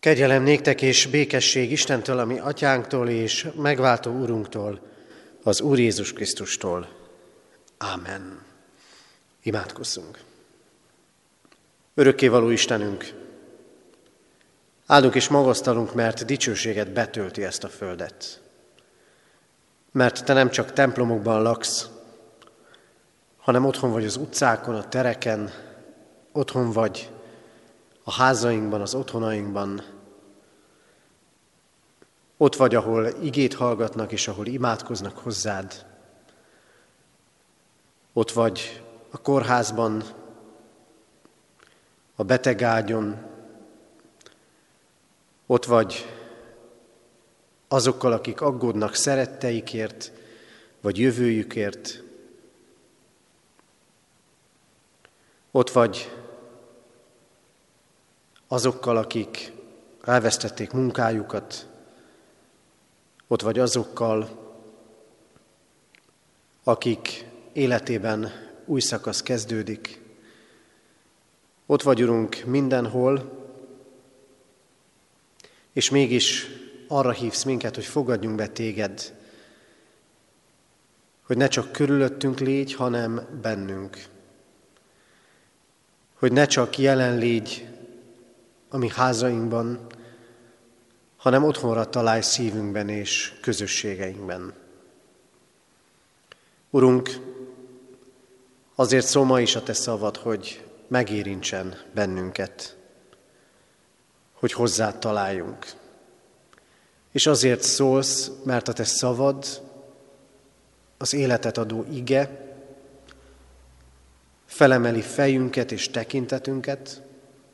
Kegyelem néktek és békesség Istentől, a mi atyánktól és megváltó Urunktól, az Úr Jézus Krisztustól. Ámen. Imádkozzunk. Örökkévaló Istenünk, áldunk és magasztalunk, mert dicsőséged betölti ezt a földet. Mert te nem csak templomokban laksz, hanem otthon vagy az utcákon, a tereken, otthon vagy a házainkban, az otthonainkban. Ott vagy, ahol igét hallgatnak, és ahol imádkoznak hozzád. Ott vagy a kórházban, a betegágyon. Ott vagy azokkal, akik aggódnak szeretteikért, vagy jövőjükért. Ott vagy azokkal, akik elvesztették munkájukat. Ott vagy azokkal, akik életében új szakasz kezdődik. Ott vagy, Urunk, mindenhol, és mégis arra hívsz minket, hogy fogadjunk be téged, hogy ne csak körülöttünk légy, hanem bennünk. Hogy ne csak jelen légy a mi házainkban, hanem otthonra találj szívünkben és közösségeinkben. Urunk, azért szól ma is a te szavad, hogy megérintsen bennünket, hogy hozzád találjunk. És azért szólsz, mert a te szavad, az életet adó ige, felemeli fejünket és tekintetünket,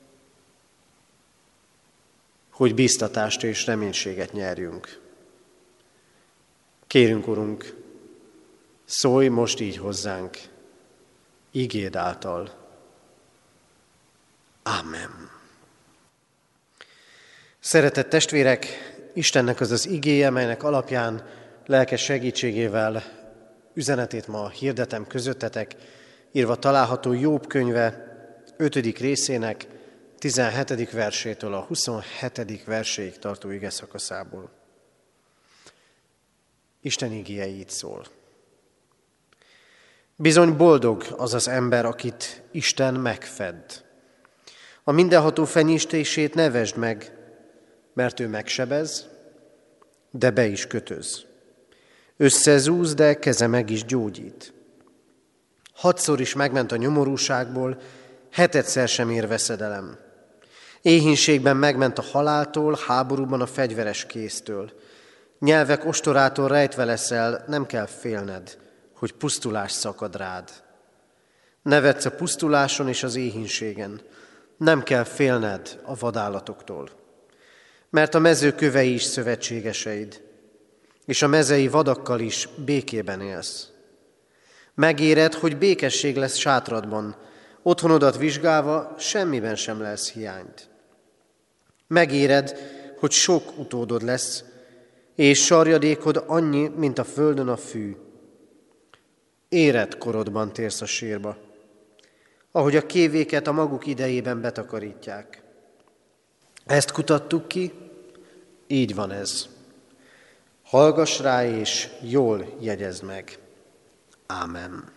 hogy bíztatást és reménységet nyerjünk. Kérünk, Urunk, szólj most így hozzánk, igéd által. Ámen. Szeretett testvérek, Istennek az az igéje, melynek alapján lelkes segítségével üzenetét ma hirdetem közöttetek, írva található Jobb könyve 5. részének 17. versétől a 27. verséig tartó igeszakaszából. Isten igéje így szól. Bizony boldog az az ember, akit Isten megfed. A mindenható fenyítését ne vesd meg, mert ő megsebez, de be is kötöz. Összezúz, de keze meg is gyógyít. 6-szor is megment a nyomorúságból, 7-szer sem ér veszedelem. Éhínségben megment a haláltól, háborúban a fegyveres kéztől. Nyelvek ostorától rejtve leszel, nem kell félned, hogy pusztulás szakad rád. Nevetsz a pusztuláson és az éhínségen, nem kell félned a vadállatoktól. Mert a mező kövei is szövetségeseid, és a mezei vadakkal is békében élsz. Megéred, hogy békesség lesz sátradban, otthonodat vizsgálva semmiben sem lesz hiányt. Megéred, hogy sok utódod lesz, és sarjadékod annyi, mint a földön a fű. Érett korodban térsz a sírba, ahogy a kévéket a maguk idejében betakarítják. Ezt kutattuk ki, így van ez. Hallgass rá, és jól jegyezd meg. Ámen.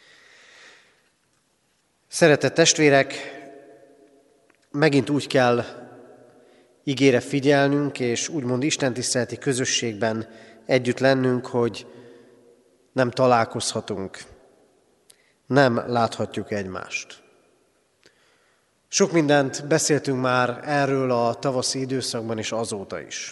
Szeretett testvérek, megint úgy kell igére figyelnünk, és úgymond istentiszteleti közösségben együtt lennünk, hogy nem találkozhatunk, nem láthatjuk egymást. Sok mindent beszéltünk már erről a tavaszi időszakban és azóta is.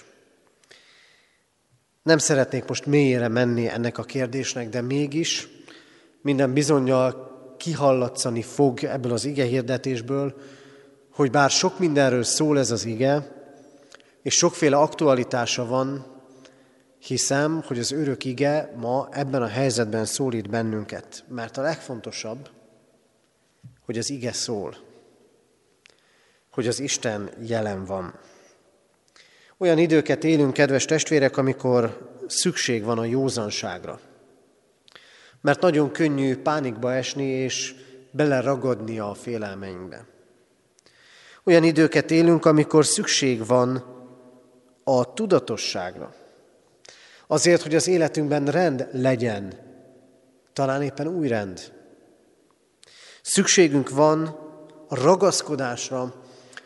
Nem szeretnék most mélyére menni ennek a kérdésnek, de mégis minden bizonnyal kihallatszani fog ebből az igehirdetésből, hogy bár sok mindenről szól ez az ige, és sokféle aktualitása van, hiszem, hogy az örök ige ma ebben a helyzetben szólít bennünket, mert a legfontosabb, hogy az ige szól, hogy az Isten jelen van. Olyan időket élünk, kedves testvérek, amikor szükség van a józanságra. Mert nagyon könnyű pánikba esni és beleragadni a félelmeinkbe. Olyan időket élünk, amikor szükség van a tudatosságra. Azért, hogy az életünkben rend legyen, talán éppen új rend. Szükségünk van a ragaszkodásra,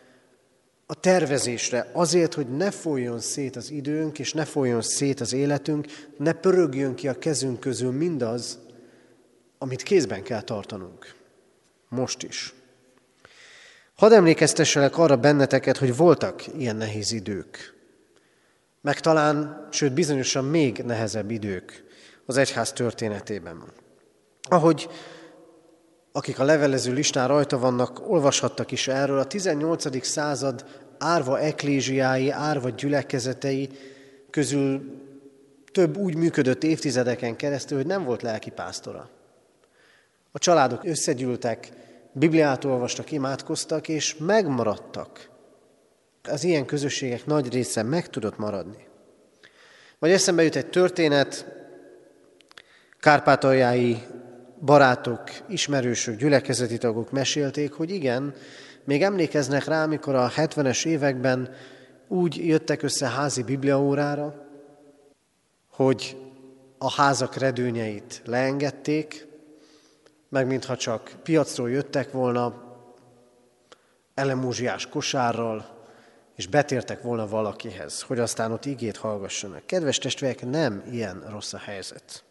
a tervezésre, azért, hogy ne folyjon szét az időnk, és ne folyjon szét az életünk, ne pörögjön ki a kezünk közül mindaz, amit kézben kell tartanunk. Most is. Hadd emlékeztesselek arra benneteket, hogy voltak ilyen nehéz idők. Meg talán, sőt bizonyosan még nehezebb idők az egyház történetében. Ahogy akik a levelező listán rajta vannak, olvashattak is erről, a 18. század árva eklézsiái, árva gyülekezetei közül több úgy működött évtizedeken keresztül, hogy nem volt lelkipásztora. A családok összegyűltek, Bibliát olvastak, imádkoztak, és megmaradtak. Az ilyen közösségek nagy része meg tudott maradni. Vagy eszembe jut egy történet, kárpátaljai barátok, ismerősök, gyülekezeti tagok mesélték, hogy igen, még emlékeznek rá, amikor a 70-es években úgy jöttek össze házi bibliaórára, hogy a házak redőnyeit leengedték, meg mintha csak piacról jöttek volna elemúzsiás kosárral, és betértek volna valakihez, hogy aztán ott igét hallgassanak. Kedves testvérek, nem ilyen rossz a helyzet.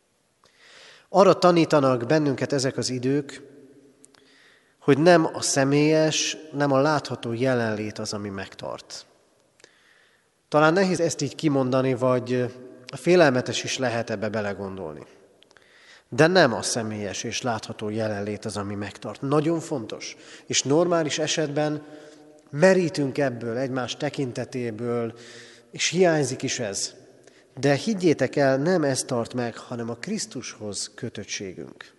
Arra tanítanak bennünket ezek az idők, hogy nem a személyes, nem a látható jelenlét az, ami megtart. Talán nehéz ezt így kimondani, vagy félelmetes is lehet ebbe belegondolni. De nem a személyes és látható jelenlét az, ami megtart. Nagyon fontos. És normális esetben merítünk ebből, egymás tekintetéből, és hiányzik is ez. De higgyétek el, nem ez tart meg, hanem a Krisztushoz kötöttségünk.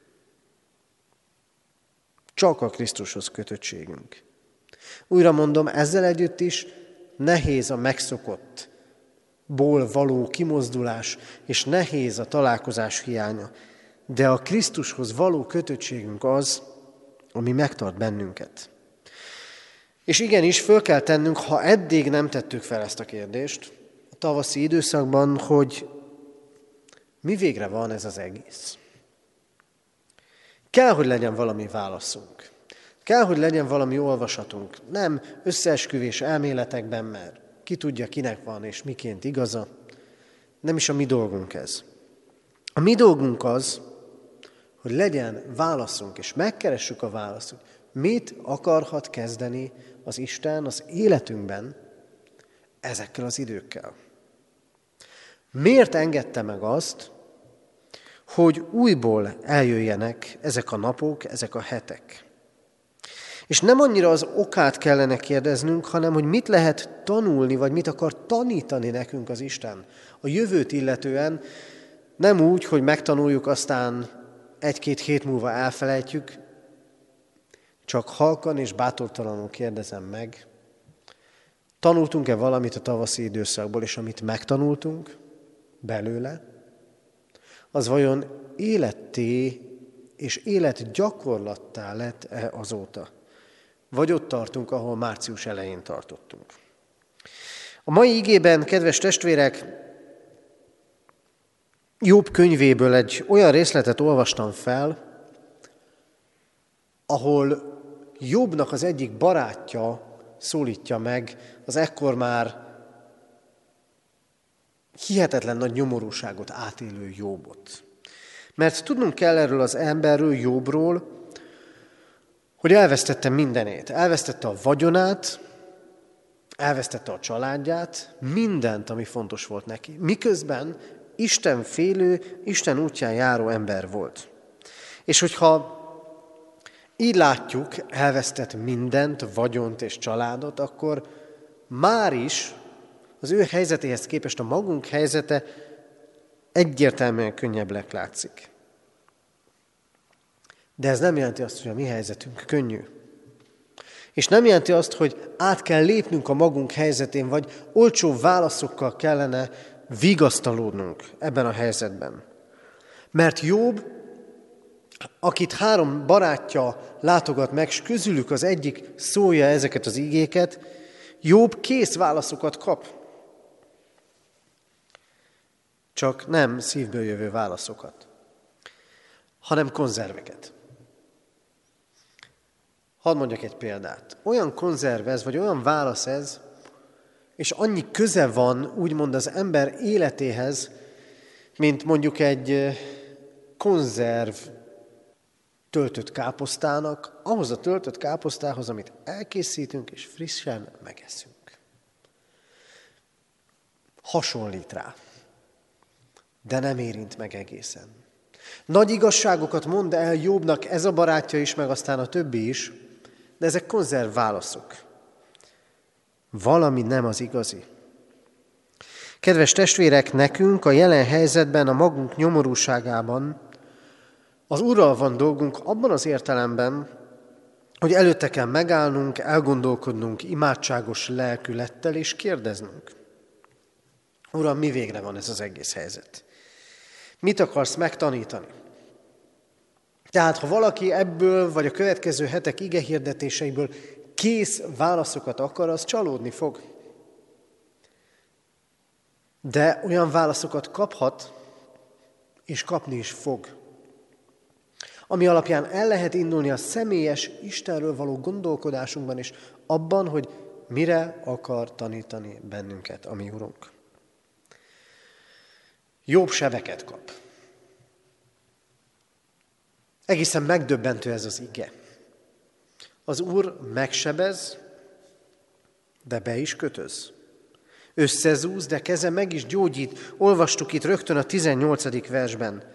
Csak a Krisztushoz kötöttségünk. Újra mondom, ezzel együtt is nehéz a megszokottból való kimozdulás, és nehéz a találkozás hiánya. De a Krisztushoz való kötöttségünk az, ami megtart bennünket. És igenis, föl kell tennünk, ha eddig nem tettük fel ezt a kérdést, a tavaszi időszakban, hogy mi végre van ez az egész. Kell, hogy legyen valami válaszunk. Kell, hogy legyen valami olvasatunk. Nem összeesküvés elméletekben, mert ki tudja, kinek van és miként igaza. Nem is a mi dolgunk ez. A mi dolgunk az, hogy legyen válaszunk, és megkeressük a választ. Mit akarhat kezdeni az Isten az életünkben ezekkel az időkkel? Miért engedte meg azt, hogy újból eljöjjenek ezek a napok, ezek a hetek? És nem annyira az okát kellene kérdeznünk, hanem hogy mit lehet tanulni, vagy mit akar tanítani nekünk az Isten a jövőt illetően, nem úgy, hogy megtanuljuk, aztán egy-két hét múlva elfelejtjük, csak halkan és bátortalanul kérdezem meg, tanultunk-e valamit a tavaszi időszakból, és amit megtanultunk belőle, az vajon életté és életgyakorlattá lett-e azóta? Vagy ott tartunk, ahol március elején tartottunk? A mai igében, kedves testvérek, Jobb könyvéből egy olyan részletet olvastam fel, ahol Jobbnak az egyik barátja szólítja meg az ekkor már hihetetlen nagy nyomorúságot átélő Jobbot. Mert tudnunk kell erről az emberről, Jobbról, hogy elvesztette mindenét. Elvesztette a vagyonát, elvesztette a családját, mindent, ami fontos volt neki. Miközben Isten félő, Isten útján járó ember volt. És hogyha így látjuk, elvesztett mindent, vagyont és családot, akkor már is az ő helyzetéhez képest a magunk helyzete egyértelműen könnyebbnek látszik. De ez nem jelenti azt, hogy a mi helyzetünk könnyű. És nem jelenti azt, hogy át kell lépnünk a magunk helyzetén, vagy olcsó válaszokkal kellene vigasztalódnunk ebben a helyzetben. Mert Jobb akit 3 barátja látogat meg, s közülük az egyik szólja ezeket az igéket, Jobb kész válaszokat kap. Csak nem szívből jövő válaszokat, hanem konzerveket. Hadd mondjak egy példát. Olyan konzerv ez, vagy olyan válasz ez, és annyi köze van, úgymond az ember életéhez, mint mondjuk egy konzerv töltött káposztának, ahhoz a töltött káposztához, amit elkészítünk és frissen megeszünk. Hasonlít rá, de nem érint meg egészen. Nagy igazságokat mond el Jobbnak ez a barátja is, meg aztán a többi is, de ezek konzerv válaszok. Valami nem az igazi. Kedves testvérek, nekünk a jelen helyzetben, a magunk nyomorúságában az Urral van dolgunk abban az értelemben, hogy előtte kell megállnunk, elgondolkodnunk imádságos lelkülettel és kérdeznünk. Uram, mi végre van ez az egész helyzet? Mit akarsz megtanítani? Tehát, ha valaki ebből, vagy a következő hetek igehirdetéseiből kész válaszokat akar, az csalódni fog. De olyan válaszokat kaphat, és kapni is fog, ami alapján el lehet indulni a személyes Istenről való gondolkodásunkban, és abban, hogy mire akar tanítani bennünket a mi Urunk. Jobb sebeket kap. Egészen megdöbbentő ez az ige. Az Úr megsebez, de be is kötöz. Összezúz, de keze meg is gyógyít. Olvastuk itt rögtön a 18. versben.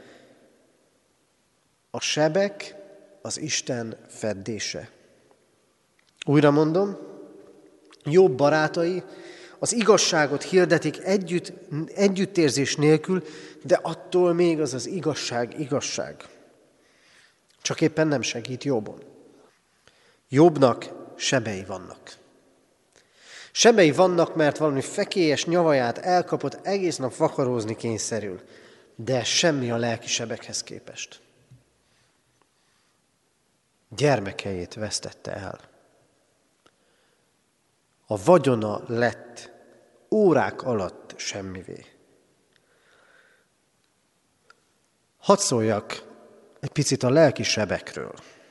A sebek az Isten feddése. Újra mondom, Jobb barátai az igazságot hirdetik együttérzés nélkül, de attól még az igazság. Csak éppen nem segít Jobbon. Jobbnak sebei vannak. Sebei vannak, mert valami fekélyes nyavaját elkapott, egész nap vakarózni kényszerül, de semmi a lelki sebekhez képest. Gyermekeit vesztette el. A vagyona lett órák alatt semmivé. Hadd szóljak egy picit a lelki sebekről.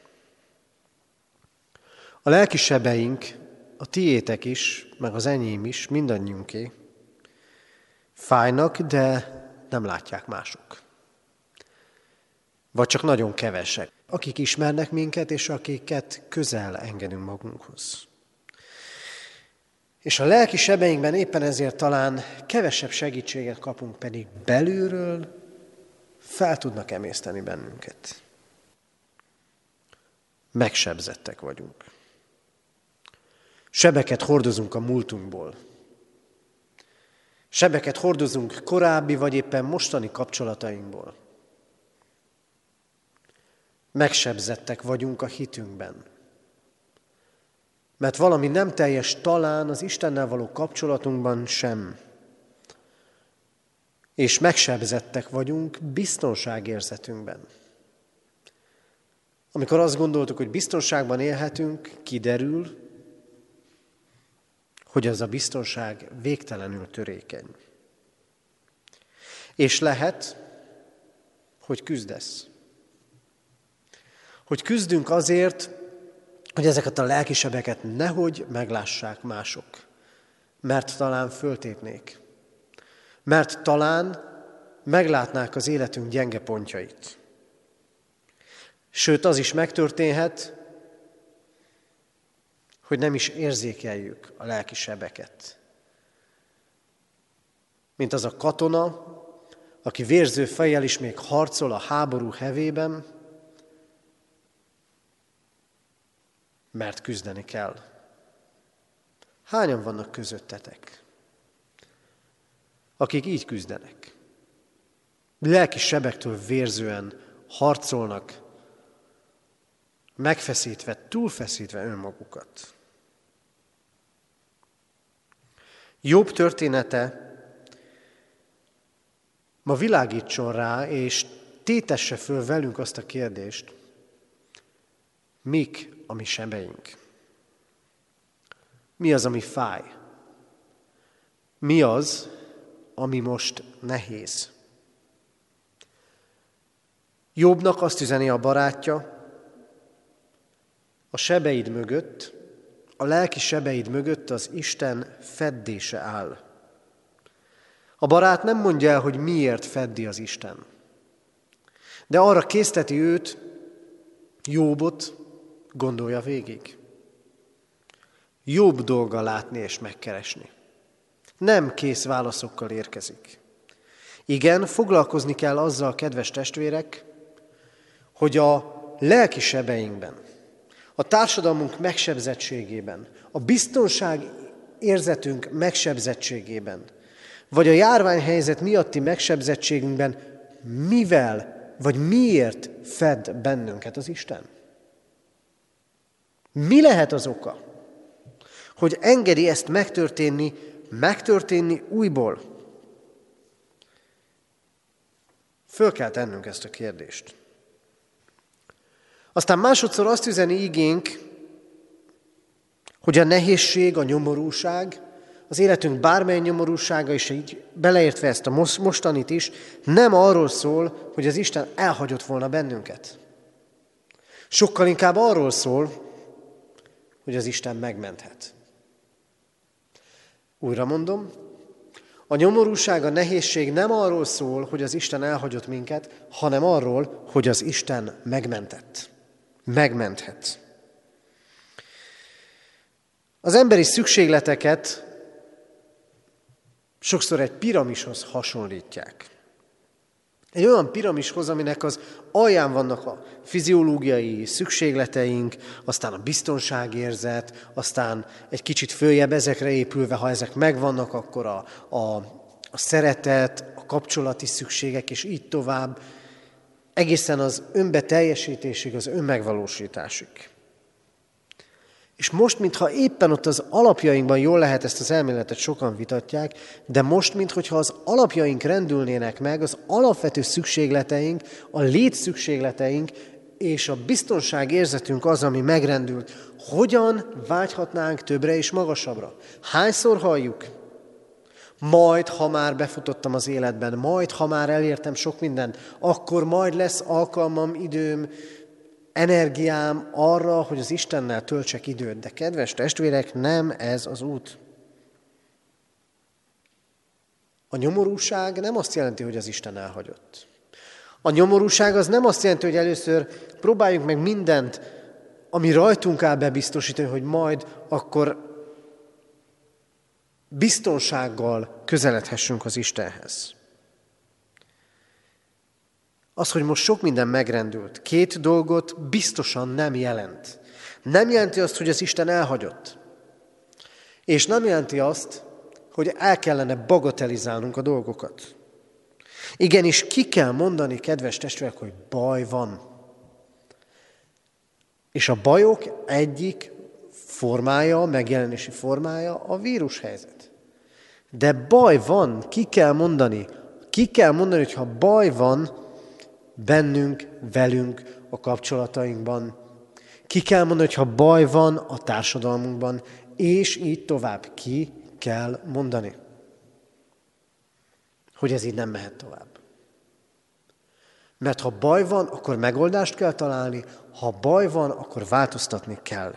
A lelki sebeink, a tiétek is, meg az enyém is, mindannyiunké, fájnak, de nem látják mások. Vagy csak nagyon kevesek, akik ismernek minket, és akiket közel engedünk magunkhoz. És a lelki sebeinkben éppen ezért talán kevesebb segítséget kapunk, pedig belülről fel tudnak emészteni bennünket. Megsebzettek vagyunk. Sebeket hordozunk a múltunkból. Sebeket hordozunk korábbi vagy éppen mostani kapcsolatainkból. Megsebzettek vagyunk a hitünkben. Mert valami nem teljes talán az Istennel való kapcsolatunkban sem. És megsebzettek vagyunk biztonságérzetünkben. Amikor azt gondoltuk, hogy biztonságban élhetünk, kiderül, hogy az a biztonság végtelenül törékeny. És lehet, hogy küzdesz. Hogy küzdünk azért, hogy ezeket a lelkisebeket nehogy meglássák mások. Mert talán föltépnék. Mert talán meglátnák az életünk gyenge pontjait. Sőt, az is megtörténhet, hogy nem is érzékeljük a lelki sebeket. Mint az a katona, aki vérző fejjel is még harcol a háború hevében, mert küzdeni kell. Hányan vannak közöttetek, akik így küzdenek? Lelki sebektől vérzően harcolnak, megfeszítve, túlfeszítve önmagukat. Jobb története ma világítson rá, és tétesse föl velünk azt a kérdést, mik a mi sebeink? Mi az, ami fáj? Mi az, ami most nehéz? Jobbnak azt üzeni a barátja, a sebeid mögött, a lelki sebeid mögött az Isten feddése áll. A barát nem mondja el, hogy miért feddi az Isten, de arra készteti őt, Jobbot, gondolja végig. Jobb dolga látni és megkeresni. Nem kész válaszokkal érkezik. Igen, foglalkozni kell azzal, kedves testvérek, hogy a lelki sebeinkben, a társadalmunk megsebzettségében, a biztonság érzetünk megsebzettségében, vagy a járványhelyzet miatti megsebzettségünkben mivel vagy miért fed bennünket az Isten? Mi lehet az oka, hogy engedi ezt megtörténni újból? Föl kell tennünk ezt a kérdést. Aztán másodszor azt üzeni igénk, hogy a nehézség, a nyomorúság, az életünk bármely nyomorúsága, és így beleértve ezt a mostanit is, nem arról szól, hogy az Isten elhagyott volna bennünket. Sokkal inkább arról szól, hogy az Isten megmenthet. Újra mondom, a nyomorúság, a nehézség nem arról szól, hogy az Isten elhagyott minket, hanem arról, hogy az Isten megmentett. Megmenthet. Az emberi szükségleteket sokszor egy piramishoz hasonlítják. Egy olyan piramishoz, aminek az alján vannak a fiziológiai szükségleteink, aztán a biztonságérzet, aztán egy kicsit följebb ezekre épülve, ha ezek megvannak, akkor a szeretet, a kapcsolati szükségek, és így tovább, egészen az önbeteljesítésig, az önmegvalósításig. És most, mintha éppen ott az alapjainkban jól lehet, ezt az elméletet sokan vitatják, de most, mintha az alapjaink rendülnének meg, az alapvető szükségleteink, a létszükségleteink és a biztonságérzetünk az, ami megrendült. Hogyan vágyhatnánk többre és magasabbra? Hányszor halljuk? Majd, ha már befutottam az életben, majd, ha már elértem sok mindent, akkor majd lesz alkalmam, időm, energiám arra, hogy az Istennel töltsek időt. De kedves testvérek, nem ez az út. A nyomorúság nem azt jelenti, hogy az Isten elhagyott. A nyomorúság az nem azt jelenti, hogy először próbáljunk meg mindent, ami rajtunk áll bebiztosítani, hogy majd akkor biztonsággal közeledhessünk az Istenhez. Az, hogy most sok minden megrendült, két dolgot biztosan nem jelent. Nem jelenti azt, hogy az Isten elhagyott. És nem jelenti azt, hogy el kellene bagatelizálnunk a dolgokat. Igenis, ki kell mondani, kedves testvérek, hogy baj van. És a bajok egyik formája, megjelenési formája a vírushelyzet. De baj van, ki kell mondani. Ki kell mondani, hogy ha baj van bennünk, velünk, a kapcsolatainkban. Ki kell mondani, hogy ha baj van a társadalmunkban, és így tovább. Ki kell mondani, hogy ez így nem mehet tovább. Mert ha baj van, akkor megoldást kell találni, ha baj van, akkor változtatni kell.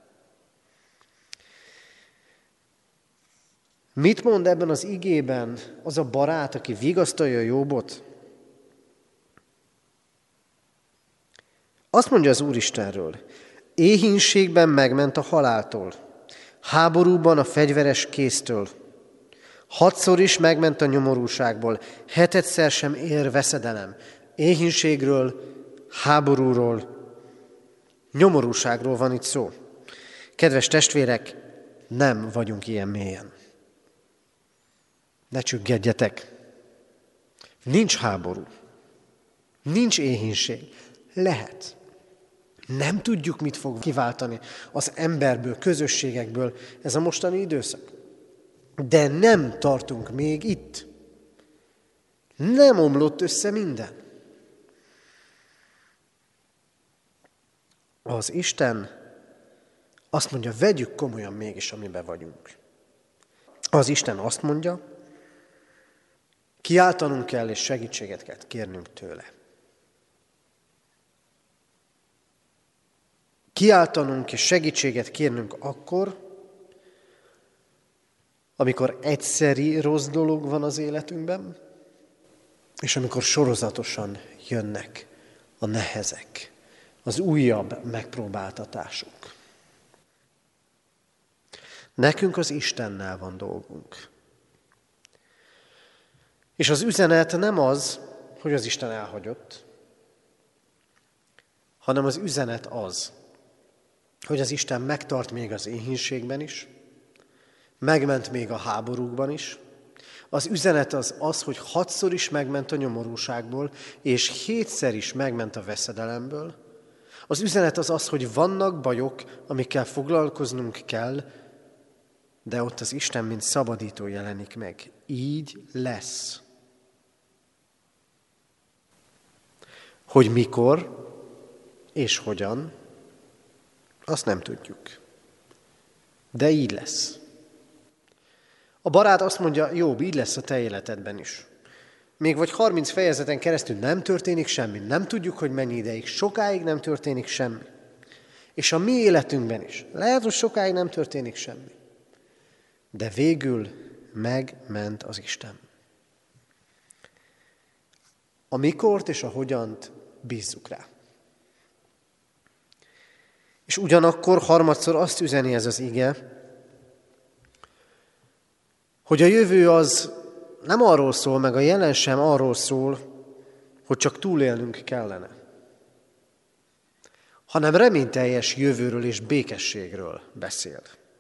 Mit mond ebben az igében az a barát, aki vigasztalja Jobbot? Azt mondja az Úristenről, éhínségben megment a haláltól, háborúban a fegyveres kéztől, 6-szor is megment a nyomorúságból, 7-szer sem ér veszedelem. Éhínségről, háborúról, nyomorúságról van itt szó. Kedves testvérek, nem vagyunk ilyen mélyen. Ne csüggedjetek. Nincs háború. Nincs éhínség. Lehet. Nem tudjuk, mit fog kiváltani az emberből, közösségekből ez a mostani időszak. De nem tartunk még itt. Nem omlott össze minden. Az Isten azt mondja, vegyük komolyan mégis, amiben vagyunk. Az Isten azt mondja, kiáltanunk kell, és segítséget kell kérnünk tőle. Kiáltanunk és segítséget kérnünk akkor, amikor egyszeri rossz dolog van az életünkben, és amikor sorozatosan jönnek a nehezek, az újabb megpróbáltatások. Nekünk az Istennel van dolgunk. És az üzenet nem az, hogy az Isten elhagyott, hanem az üzenet az, hogy az Isten megtart még az éhínségben is, megment még a háborúkban is. Az üzenet az, hogy 6-szor is megment a nyomorúságból, és 7-szer is megment a veszedelemből. Az üzenet az, hogy vannak bajok, amikkel foglalkoznunk kell, de ott az Isten, mint szabadító jelenik meg. Így lesz. Hogy mikor és hogyan, azt nem tudjuk. De így lesz. A barát azt mondja, Jobb, így lesz a te életedben is. Még vagy 30 fejezeten keresztül nem történik semmi, nem tudjuk, hogy mennyi ideig, sokáig nem történik semmi. És a mi életünkben is. Lehet, hogy sokáig nem történik semmi. De végül megment az Isten. A mikort és a hogyant bízzuk rá. És ugyanakkor harmadszor azt üzeni ez az ige, hogy a jövő az nem arról szól, meg a jelen sem arról szól, hogy csak túlélnünk kellene, hanem reményteljes jövőről és békességről beszél.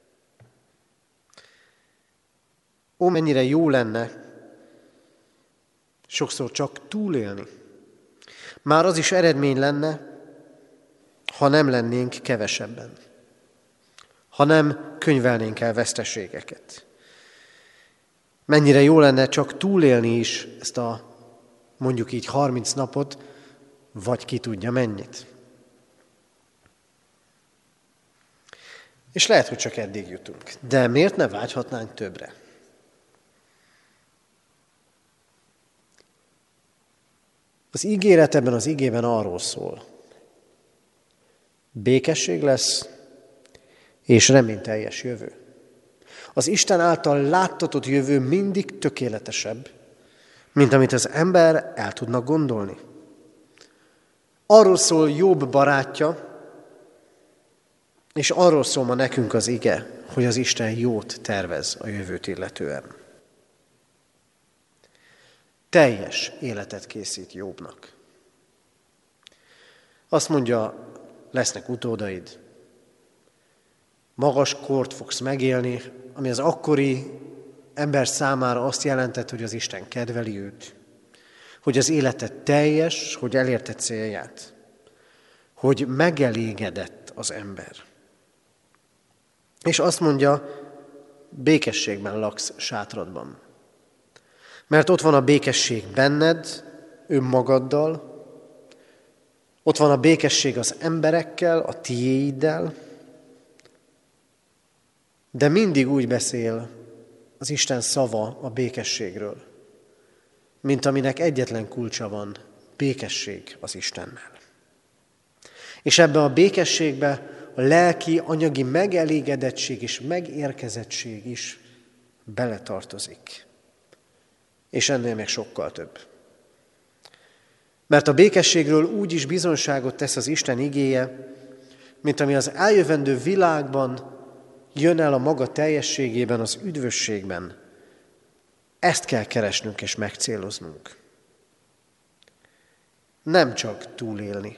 Ó, mennyire jó lenne sokszor csak túlélni. Már az is eredmény lenne, ha nem lennénk kevesebben, ha nem könyvelnénk el veszteségeket. Mennyire jó lenne csak túlélni is ezt a mondjuk így 30 napot, vagy ki tudja mennyit. És lehet, hogy csak eddig jutunk. De miért ne vágyhatnánk többre? Az ígéret ebben az igében arról szól. Békesség lesz, és reményteljes jövő. Az Isten által láttatott jövő mindig tökéletesebb, mint amit az ember el tudna gondolni. Arról szól Jobb barátja, és arról szól ma nekünk az ige, hogy az Isten jót tervez a jövőt illetően. Teljes életet készít Jobbnak. Azt mondja, lesznek utódaid, magas kort fogsz megélni, ami az akkori ember számára azt jelentett, hogy az Isten kedveli őt, hogy az életed teljes, hogy elérte célját, hogy megelégedett az ember. És azt mondja, békességben laksz sátradban. Mert ott van a békesség benned, önmagaddal, ott van a békesség az emberekkel, a tiéiddel, de mindig úgy beszél az Isten szava a békességről, mint aminek egyetlen kulcsa van, békesség az Istennel. És ebben a békességben a lelki, anyagi megelégedettség és megérkezettség is beletartozik. És ennél még sokkal több. Mert a békességről úgy is bizonyságot tesz az Isten igéje, mint ami az eljövendő világban jön el a maga teljességében, az üdvösségben. Ezt kell keresnünk és megcéloznunk. Nem csak túlélni,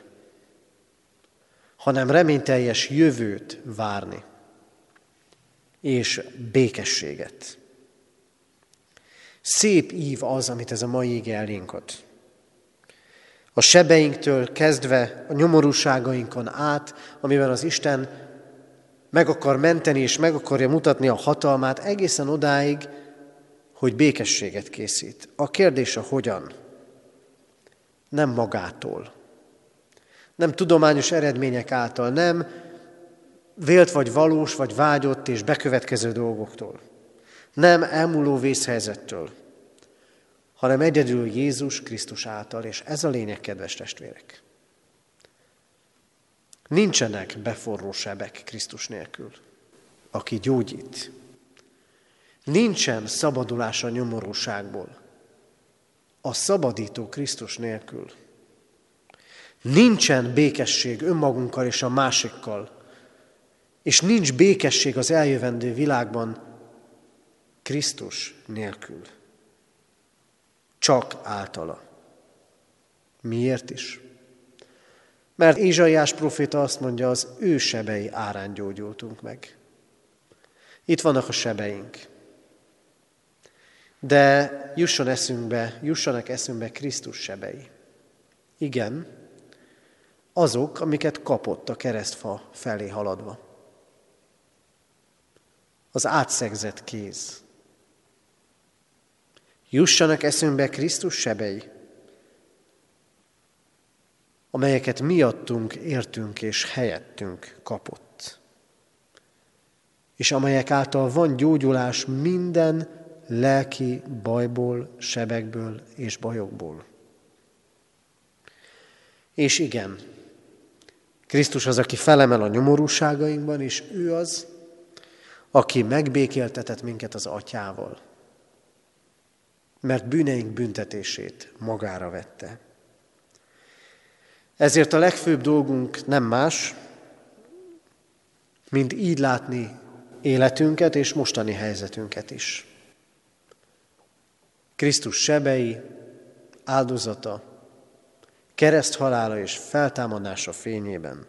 hanem reményteljes jövőt várni, és békességet. Szép ív az, amit ez a mai ige elénk ad. A sebeinktől kezdve a nyomorúságainkon át, amiben az Isten meg akar menteni és meg akarja mutatni a hatalmát egészen odáig, hogy békességet készít. A kérdés a hogyan? Nem magától. Nem tudományos eredmények által, nem vélt vagy valós, vagy vágyott és bekövetkező dolgoktól. Nem elmúló vészhelyzettől, hanem egyedül Jézus Krisztus által, és ez a lényeg, kedves testvérek. Nincsenek beforró sebek Krisztus nélkül, aki gyógyít. Nincsen szabadulás a nyomorúságból, a szabadító Krisztus nélkül. Nincsen békesség önmagunkkal és a másikkal, és nincs békesség az eljövendő világban Krisztus nélkül. Csak általa. Miért is? Mert Ézsaiás próféta azt mondja, az ő sebei árán gyógyultunk meg. Itt vannak a sebeink. De jussanak eszünkbe Krisztus sebei. Igen, azok, amiket kapott a keresztfa felé haladva. Az átszegzett kéz. Jussanak eszünkbe Krisztus sebei, amelyeket miattunk, értünk és helyettünk kapott. És amelyek által van gyógyulás minden lelki bajból, sebekből és bajokból. És igen, Krisztus az, aki felemel a nyomorúságainkban, és ő az, aki megbékéltetett minket az Atyával, mert bűneink büntetését magára vette. Ezért a legfőbb dolgunk nem más, mint így látni életünket és mostani helyzetünket is. Krisztus sebei, áldozata, kereszthalála és feltámadása fényében.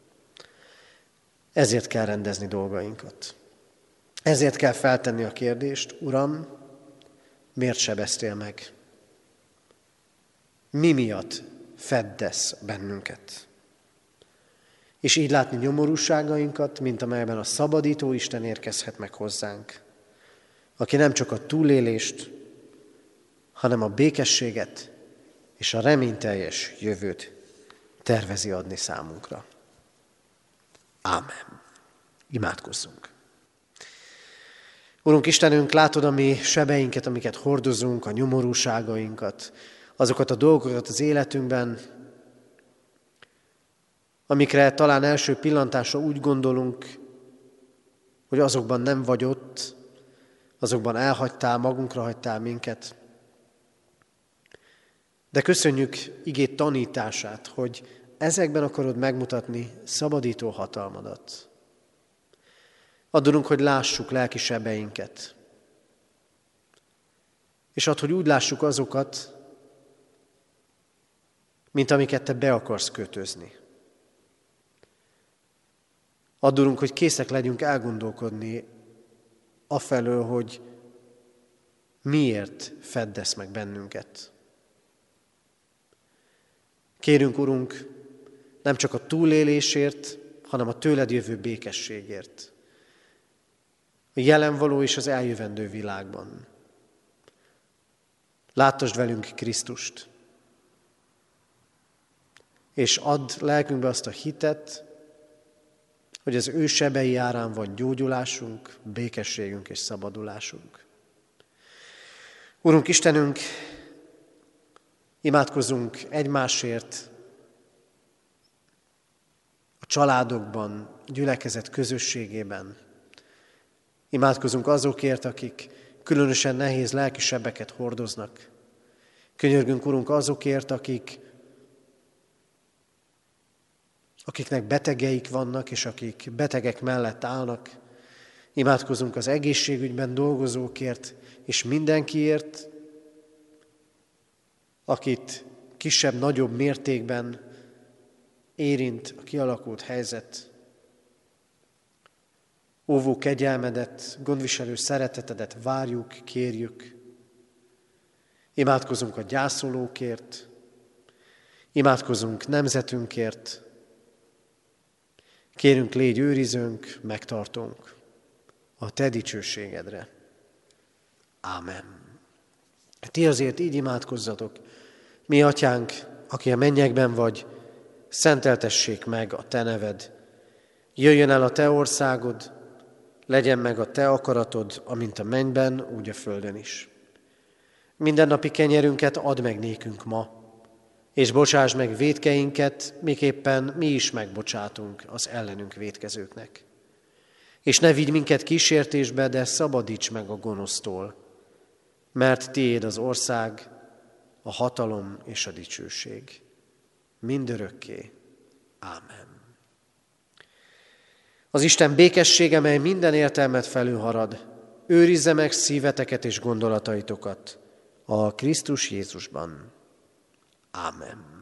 Ezért kell rendezni dolgainkat. Ezért kell feltenni a kérdést, Uram, miért sebeztél meg? Mi miatt feddesz bennünket? És így látni nyomorúságainkat, mint amelyben a szabadító Isten érkezhet meg hozzánk, aki nem csak a túlélést, hanem a békességet és a reményteljes jövőt tervezi adni számunkra. Ámen. Imádkozzunk. Urunk Istenünk, látod a mi sebeinket, amiket hordozunk, a nyomorúságainkat, azokat a dolgokat az életünkben, amikre talán első pillantásra úgy gondolunk, hogy azokban nem vagy ott, azokban elhagytál, magunkra hagytál minket. De köszönjük igét tanítását, hogy ezekben akarod megmutatni szabadító hatalmadat. Add, hogy lássuk lelki sebeinket. És add, hogy úgy lássuk azokat, mint amiket te be akarsz kötözni. Add, hogy készek legyünk elgondolkodni afelől, hogy miért feddesz meg bennünket. Kérünk, Urunk, nem csak a túlélésért, hanem a tőled jövő békességért. A jelenvaló és az eljövendő világban. Láttasd velünk Krisztust, és add lelkünkbe azt a hitet, hogy az ő sebei árán van gyógyulásunk, békességünk és szabadulásunk. Urunk Istenünk, imádkozzunk egymásért, a családokban, gyülekezet közösségében. Imádkozunk azokért, akik különösen nehéz lelki sebeket hordoznak. Könyörgünk, Urunk, azokért, akiknek betegeik vannak, és akik betegek mellett állnak. Imádkozunk az egészségügyben dolgozókért, és mindenkiért, akit kisebb-nagyobb mértékben érint a kialakult helyzet. Óvó kegyelmedet, gondviselő szeretetedet várjuk, kérjük. Imádkozunk a gyászolókért, imádkozunk nemzetünkért, kérünk, légy őrizőnk, megtartunk a te dicsőségedre. Ámen. Ti azért így imádkozzatok: mi atyánk, aki a mennyekben vagy, szenteltessék meg a te neved, jöjjön el a te országod, legyen meg a te akaratod, amint a mennyben, úgy a földön is. Mindennapi kenyerünket add meg nékünk ma, és bocsáss meg vétkeinket, miképpen mi is megbocsátunk az ellenünk vétkezőknek. És ne vigy minket kísértésbe, de szabadíts meg a gonosztól, mert tiéd az ország, a hatalom és a dicsőség. Mindörökké. Ámen. Az Isten békessége, mely minden értelmet felülhalad, őrizze meg szíveteket és gondolataitokat a Krisztus Jézusban. Ámen.